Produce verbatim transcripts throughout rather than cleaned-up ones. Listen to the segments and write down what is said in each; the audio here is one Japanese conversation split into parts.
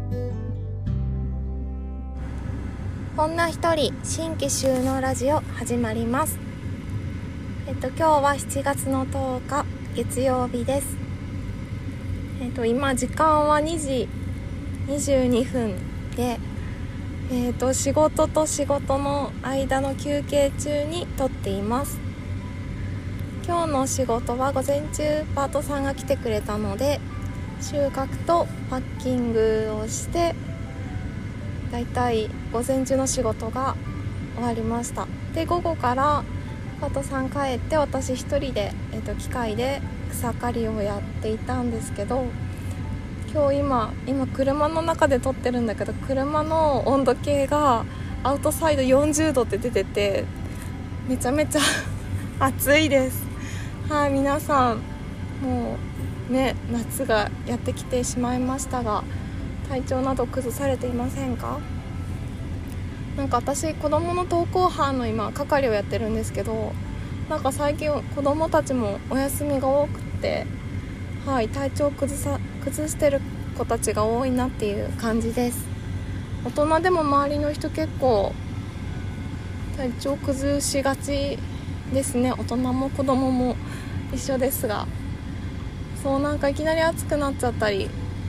女一人新規収納ラジオ始まります。えっと今日はしちがつのとおか月曜日です。えっと今時間はにじにじゅうにふんで、えっと仕事と仕事の間の休憩中に撮っています。今日の仕事は午前中パートさんが来てくれたので、収穫とパッキングをしてだいたい午前中の仕事が終わりました。で午後からパートさん帰って私一人で、えー、と機械で草刈りをやっていたんですけど、今日今今車の中で撮ってるんだけど、車の温度計がアウトサイドよんじゅうどって出てて、めちゃめちゃ暑いです。はい、皆さんもうね夏がやってきてしまいましたが、体調など崩されていませんか？なんか私子供の登校班の今係をやってるんですけど、なんか最近子供たちもお休みが多くて、はい、体調崩さ崩してる子たちが多いなっていう感じです。大人でも周りの人結構体調崩しがちですね。大人も子供も一緒ですが、そうなんかいきなり暑くなっちゃったり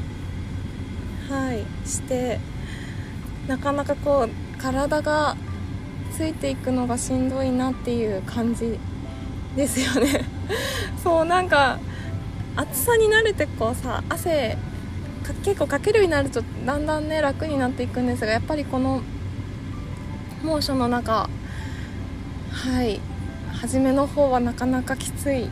はいしてなかなかこう体がついていくのがしんどいなっていう感じですよねそうなんか暑さに慣れてこうさ汗か結構かけるようになるとだんだんね楽になっていくんですが、やっぱりこの猛暑の中はい初めの方はなかなかきつい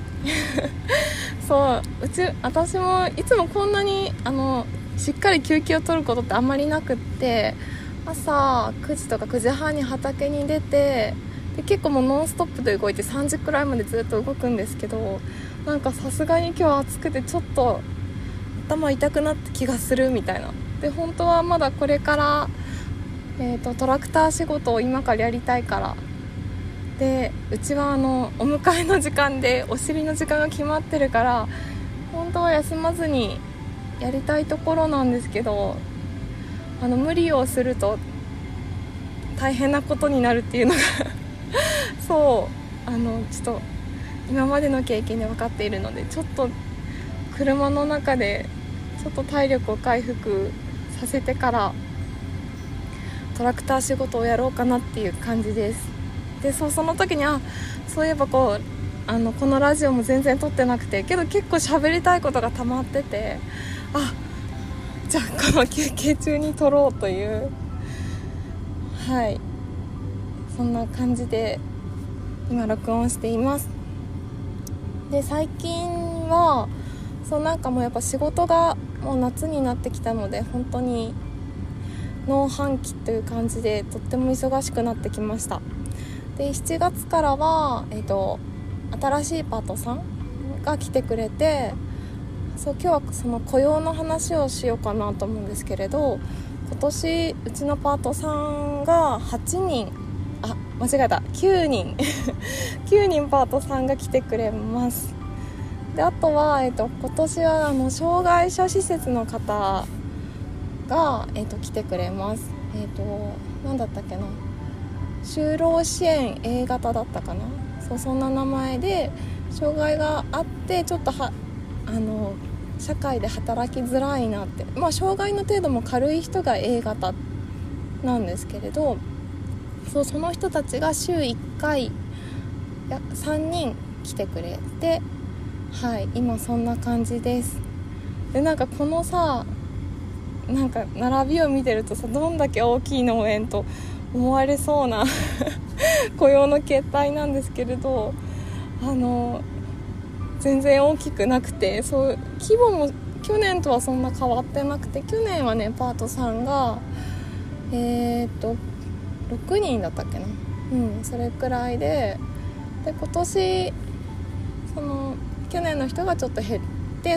そううち私もいつもこんなにあのしっかり休憩を取ることってあんまりなくって、朝くじとかくじはんに畑に出て、で結構もうノンストップで動いてさんじくらいまでずっと動くんですけど、なんかさすがに今日は暑くてちょっと頭痛くなって気がするみたいな。で本当はまだこれから、えーと、トラクター仕事を今からやりたいからで、うちはあのお迎えの時間でお尻の時間が決まってるから、本当は休まずにやりたいところなんですけど、あの無理をすると大変なことになるっていうのがそうあのちょっと今までの経験で分かっているので、ちょっと車の中でちょっと体力を回復させてからトラクター仕事をやろうかなっていう感じです。でそうその時にあそういえばこうあのこのラジオも全然撮ってなくて、けど結構喋りたいことが溜まってて、あじゃあこの休憩中に撮ろうというはいそんな感じで今録音しています。で最近はそうなんかもうやっぱ仕事がもう夏になってきたので、本当に農繁期という感じでとっても忙しくなってきました。でしちがつからは、えーと、新しいパートさんが来てくれて、そう今日はその雇用の話をしようかなと思うんですけれど、今年うちのパートさんがはちにんあ間違えたきゅうにんきゅうにんパートさんが来てくれます。であとは、えーと、今年はあの障害者施設の方が、えーと、来てくれます。えっと何だったっけな、就労支援 A 型だったかな、そうそんな名前で、障害があってちょっとはあの社会で働きづらいなって、まあ障害の程度も軽い人が A 型なんですけれど、そうその人たちが週いっかいやさんにん来てくれて、はい今そんな感じです。でなんかこのさなんか並びを見てるとさ、どんだけ大きい農園と思われそうな雇用の形態なんですけれど、あの全然大きくなくて、そう規模も去年とはそんな変わってなくて、去年はねパートさんがえー、っとろくにんだったっけな、うんそれくらいで、で今年その去年の人がちょっと減って、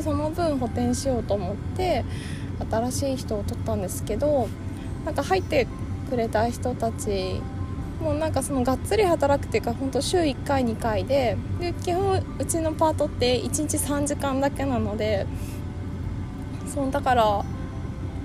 その分補填しようと思って新しい人を取ったんですけど、なんか入ってくれた人たちもうなんかそのがっつり働くっていうか、本当週いっかいにかいで、で基本うちのパートっていちにちさんじかんだけなので、そうだから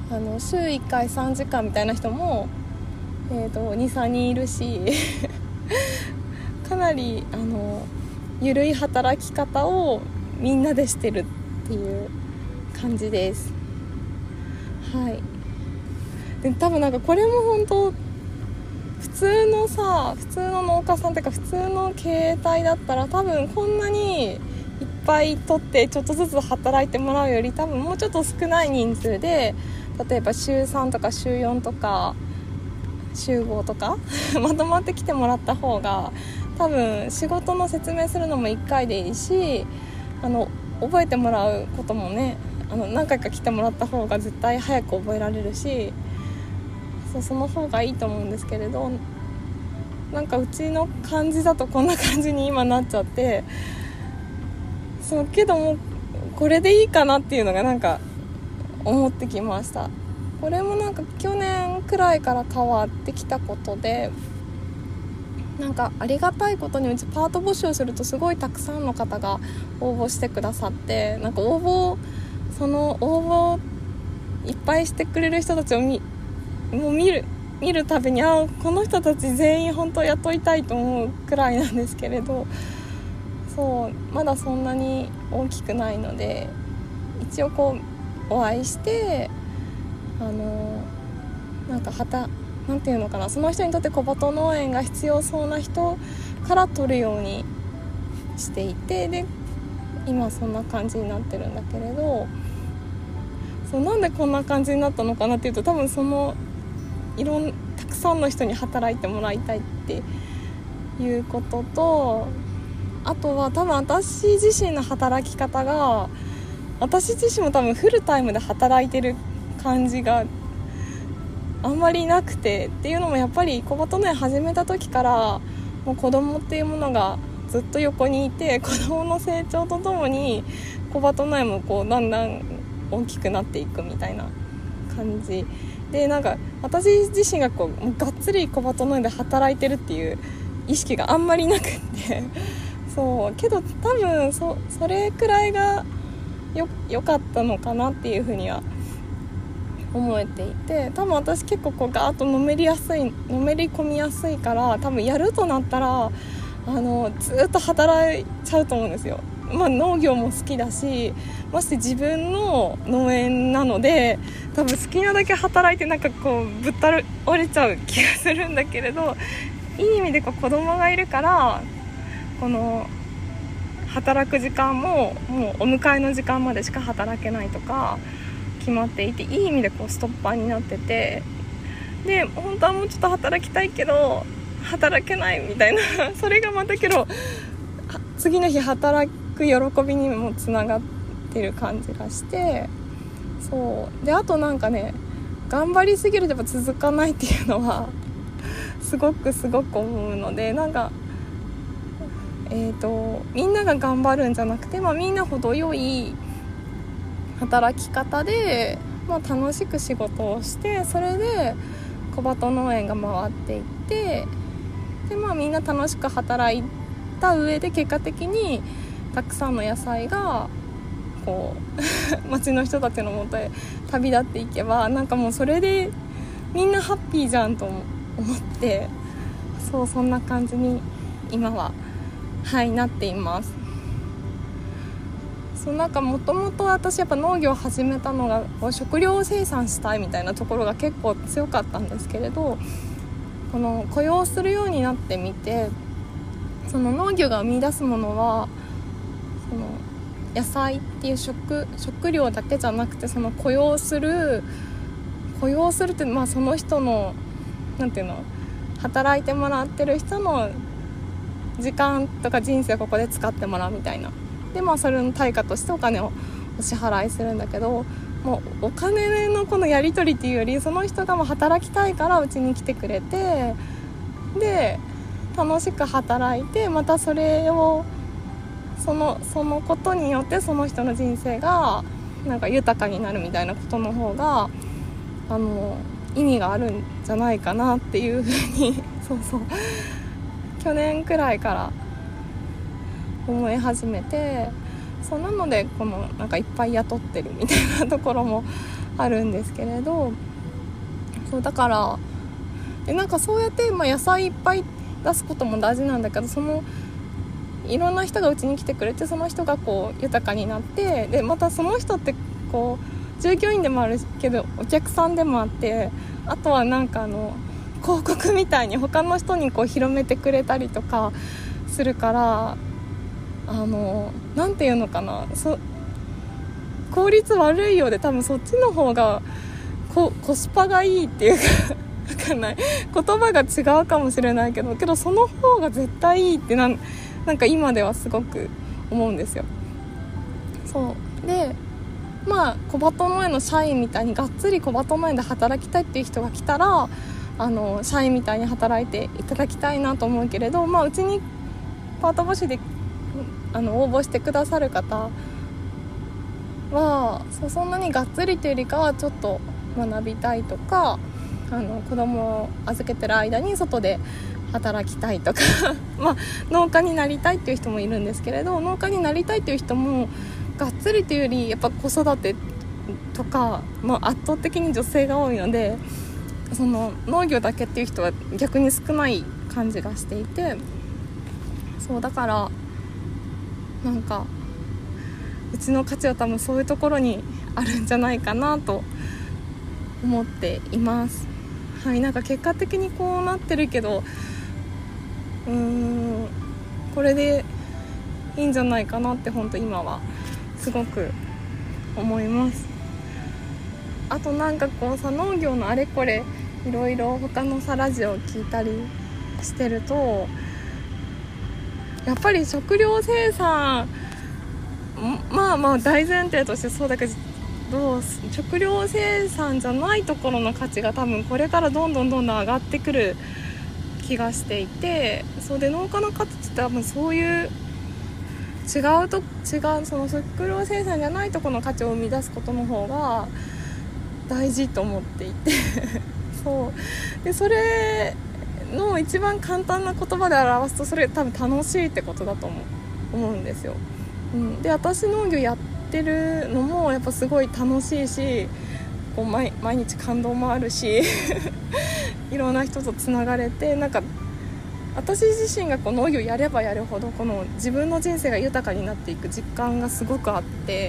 あの週いっかいさんじかんみたいな人も、えー、とにさんにんいるしかなりあの緩い働き方をみんなでしてるっていう感じです。はい。で多分なんかこれも本当普通のさ普通の農家さんっていうか普通の経営体だったら多分こんなにいっぱい取ってちょっとずつ働いてもらうより多分もうちょっと少ない人数で、例えば週さんとか週よんとか週ごとかまとまってきてもらった方が多分仕事の説明するのもいっかいでいいし、あの覚えてもらうこともね、あの何回か来てもらった方が絶対早く覚えられるし、そうその方がいいと思うんですけれど、なんかうちの感じだとこんな感じに今なっちゃって、そうけどもこれでいいかなっていうのがなんか思ってきました。これもなんか去年くらいから変わってきたことで、なんかありがたいことにうちパート募集するとすごいたくさんの方が応募してくださって、なんか応募その応募いっぱいしてくれる人たちを見もう見る見るたびに、あこの人たち全員本当雇いたいと思うくらいなんですけれど、そうまだそんなに大きくないので、一応こうお会いしてあのなんかはたなんていうのかな、その人にとって小鳩農園が必要そうな人から取るようにしていて、で今そんな感じになってるんだけれど、そうなんでこんな感じになったのかなっていうと、多分そのいろんたくさんの人に働いてもらいたいっていうことと、あとは多分私自身の働き方が、私自身も多分フルタイムで働いてる感じがあんまりなくて、っていうのもやっぱり小鳩農園始めた時からもう子供っていうものがずっと横にいて、子供の成長とともに小鳩農園もこうだんだん大きくなっていくみたいな感じで、なんか私自身がこうがっつり小鳩農園で働いてるっていう意識があんまりなくってそうけど多分 そ, それくらいがよ良かったのかなっていうふうには思えていて、多分私結構こうガーッとのめりやすいのめり込みやすいから、多分やるとなったらあのずっと働いちゃうと思うんですよ。まあ、農業も好きだし、まして自分の農園なので多分好きなだけ働いてなんかこうぶった折れちゃう気がするんだけれど、いい意味でこう子供がいるからこの働く時間ももうお迎えの時間までしか働けないとか決まっていて、いい意味でこうストッパーになってて、で本当はもうちょっと働きたいけど働けないみたいなそれがまたけど次の日働く喜びにもつながってる感じがして、そうであとなんかね、頑張りすぎるとやっぱ続かないっていうのはすごくすごく思うので、なんかえーとみんなが頑張るんじゃなくて、まあ、みんな程よい働き方で、まあ、楽しく仕事をして、それで小鳩農園が回っていって、で、まあ、みんな楽しく働いた上で結果的にたくさんの野菜がこう町の人たちのもとへ旅立っていけば、なんかもうそれでみんなハッピーじゃんと思って、そうそんな感じに今ははいなっています。そうなんかもともと私やっぱ農業を始めたのが食料生産したいみたいなところが結構強かったんですけれど、この雇用するようになってみて、その農業が生み出すものはその野菜っていう食食料だけじゃなくて、その雇用する雇用するって、まあ、その人のなんていうの働いてもらってる人の時間とか人生をここで使ってもらうみたいな、でまあそれの対価としてお金をお支払いするんだけど、もうお金のこのやり取りっていうより、その人がもう働きたいからうちに来てくれて、で楽しく働いて、またそれをそのそのことによってその人の人生がなんか豊かになるみたいなことの方があの意味があるんじゃないかなっていうふうにそうそう去年くらいから思い始めて、そうなのでこのなんかいっぱい雇ってるみたいなところもあるんですけれど、そうだからでなんかそうやって、まあ、野菜いっぱい出すことも大事なんだけど、そのいろんな人がうちに来てくれて、その人がこう豊かになって、でまたその人ってこう従業員でもあるけどお客さんでもあって、あとはなんかあの広告みたいに他の人にこう広めてくれたりとかするから、あのなんていうのかな、そ効率悪いようで多分そっちの方がコ, コスパがいいっていうか分かんない、言葉が違うかもしれないけどけどその方が絶対いいってなんなんか今ではすごく思うんですよ。そうでまあ小鳩農園の社員みたいにがっつり小鳩農園で働きたいっていう人が来たら、あの社員みたいに働いていただきたいなと思うけれど、まあ、うちにパート募集であの応募してくださる方は そ, そんなにがっつりというよりかはちょっと学びたいとか、あの子供を預けてる間に外で働きたいとかまあ農家になりたいっていう人もいるんですけれど、農家になりたいっていう人もがっつりというよりやっぱ子育てとか、まあ、圧倒的に女性が多いので、その農業だけっていう人は逆に少ない感じがしていて、そうだからなんかうちの価値は多分そういうところにあるんじゃないかなと思っています。はい、なんか結果的にこうなってるけど、うーんこれでいいんじゃないかなって本当今はすごく思います。あとなんかこうさ、農業のあれこれいろいろ他のさラジオを聞いたりしてると、やっぱり食料生産まあまあ大前提としてそうだけど、食料生産じゃないところの価値が多分これからどんどんどんどん上がってくる気がしていて、そうで農家の価値って多分そういう違うと違うその食料生産じゃないところの価値を生み出すことの方が大事と思っていてそうでそれの一番簡単な言葉で表すと、それ多分楽しいってことだと思う、思うんですよ。うん、で私農業やってるのもやっぱすごい楽しいし、こう 毎, 毎日感動もあるしいろんな人とつながれて、なんか私自身がこう農業やればやるほどこの自分の人生が豊かになっていく実感がすごくあって、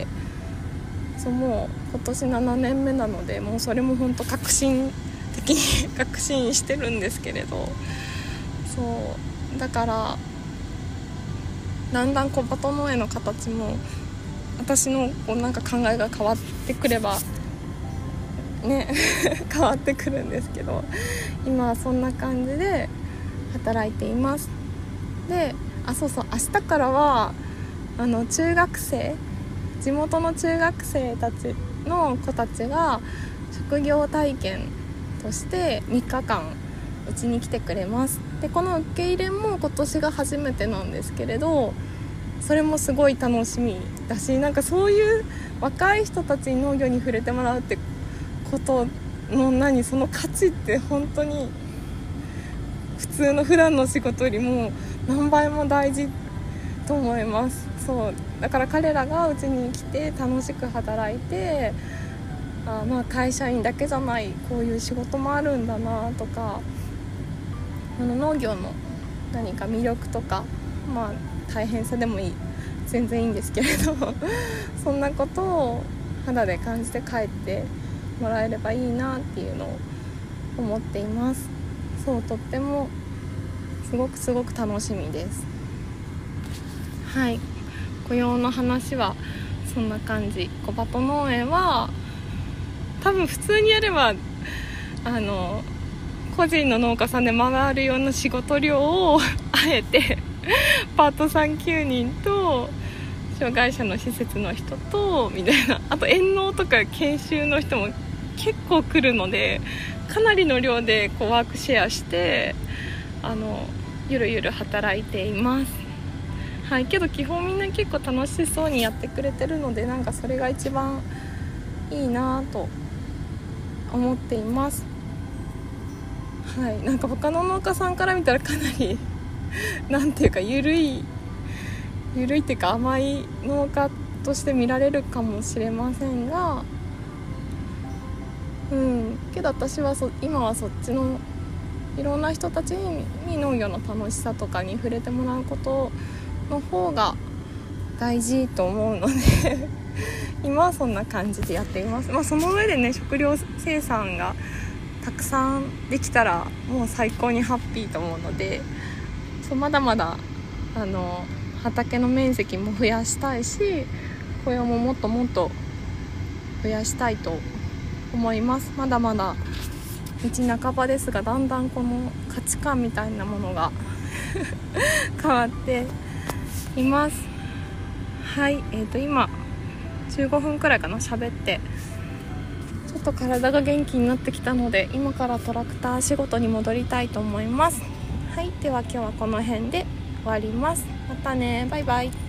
そうもう今年ななねんめなので、もうそれも本当確信的に確信してるんですけれど、そうだからだんだん小鳩農園の形も私のこうなんか考えが変わってくればね変わってくるんですけど、今はそんな感じで働いています。で、あ、そうそう、明日からはあの中学生地元の中学生たちの子たちが職業体験としてみっかかんうちに来てくれます。でこの受け入れも今年が初めてなんですけれど、それもすごい楽しみだし、なんかそういう若い人たちに農業に触れてもらうってことの何その価値って本当に普通の普段の仕事よりも何倍も大事と思います。そうだから彼らがうちに来て楽しく働いて、あまあ会社員だけじゃないこういう仕事もあるんだなとか、あの農業の何か魅力とか、まあ大変さでもいい全然いいんですけれどそんなことを肌で感じて帰ってもらえればいいなっていうのを思っています。そうとってもすごくすごく楽しみです。はい、雇用の話はそんな感じ。小鳩農園は多分普通にやればあの個人の農家さんで回るような仕事量をあえてパートさんきゅうにんと障害者の施設の人とみたいな、あと遠農とか研修の人も結構来るので、かなりの量でこうワークシェアしてあのゆるゆる働いています。はい、けど基本みんな結構楽しそうにやってくれてるので、なんかそれが一番いいなと思っています。はい、なんか他の農家さんから見たらかなりなんていうかゆるいゆるいっていうか甘い農家として見られるかもしれませんが、 けど私はそ今はそっちのいろんな人たちに農業の楽しさとかに触れてもらうことの方が大事と思うので今はそんな感じでやっています。まあ、その上でね食料生産がたくさんできたらもう最高にハッピーと思うので、そうまだまだあの畑の面積も増やしたいし、雇用ももっともっと増やしたいと思います。まだまだ道半ばですが、だんだんこの価値観みたいなものが変わっています。はい、えーと今じゅうごふんくらいかな喋って、ちょっと体が元気になってきたので今からトラクター仕事に戻りたいと思います。はい、では今日はこの辺で終わります。またね、バイバイ。